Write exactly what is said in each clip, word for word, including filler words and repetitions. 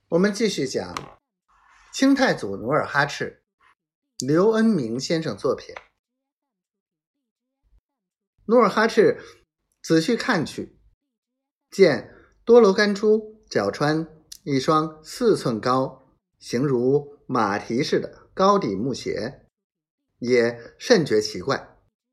我们继续讲清太祖努尔哈赤，刘恩明先生作品。努尔哈赤仔细看去，见多罗干珠脚穿一双四寸高、形如马蹄似的高底木鞋，也甚觉奇怪。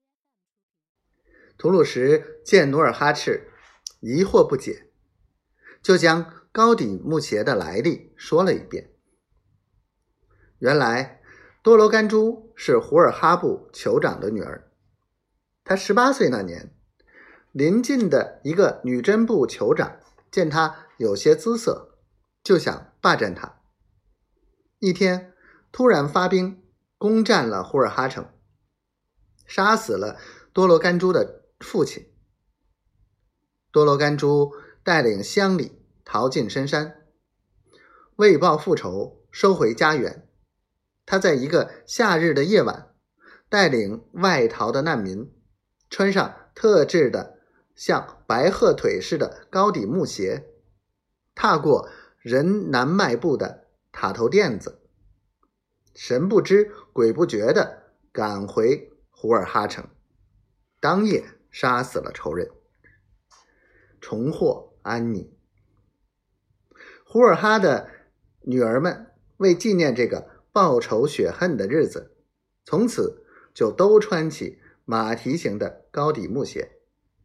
吐鲁什见努尔哈赤疑惑不解，就将高底木鞋的来历说了一遍。原来多罗干珠是胡尔哈部酋长的女儿，她十八岁那年，邻近的一个女真部酋长见她有些姿色，就想霸占她。一天突然发兵攻占了胡尔哈城，杀死了多罗干珠的父亲。多罗干珠带领乡里逃进深山，为报复仇，收回家园。他在一个夏日的夜晚，带领外逃的难民，穿上特制的像白鹤腿似的高底木鞋，踏过人难迈步的塔头垫子，神不知鬼不觉地赶回胡尔哈城，当夜杀死了仇人，重获安宁。胡尔哈的女儿们为纪念这个报仇雪恨的日子，从此就都穿起马蹄形的高底木鞋。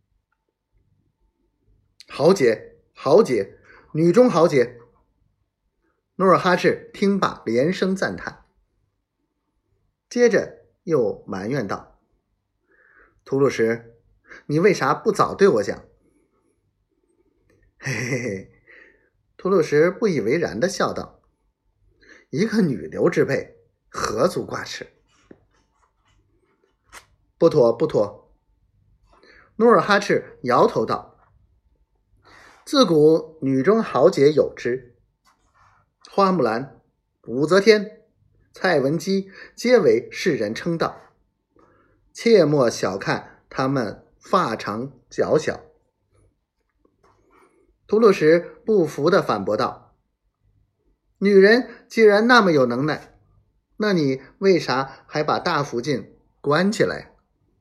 豪杰，豪杰，女中豪杰！努尔哈赤听罢连声赞叹，接着又埋怨道：吐鲁什，你为啥不早对我讲？嘿嘿嘿，吐鲁什不以为然地笑道：一个女流之辈，何足挂齿？不妥不妥！努尔哈赤摇头道：自古女中豪杰有之，花木兰、武则天、蔡文姬皆为世人称道，切莫小看她们发长脚小。吐鲁什不服地反驳道：女人既然那么有能耐，那你为啥还把大福晋关起来？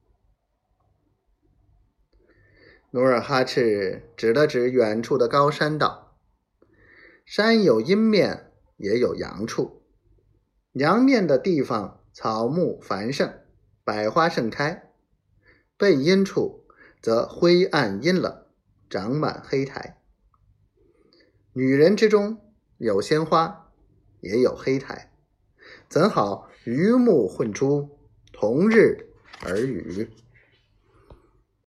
努尔哈赤指了指远处的高山道：山有阴面也有阳处，阳面的地方草木繁盛，百花盛开，背阴处则灰暗阴冷，长满黑苔。女人之中有鲜花，也有黑苔，怎好鱼目混珠，同日而语？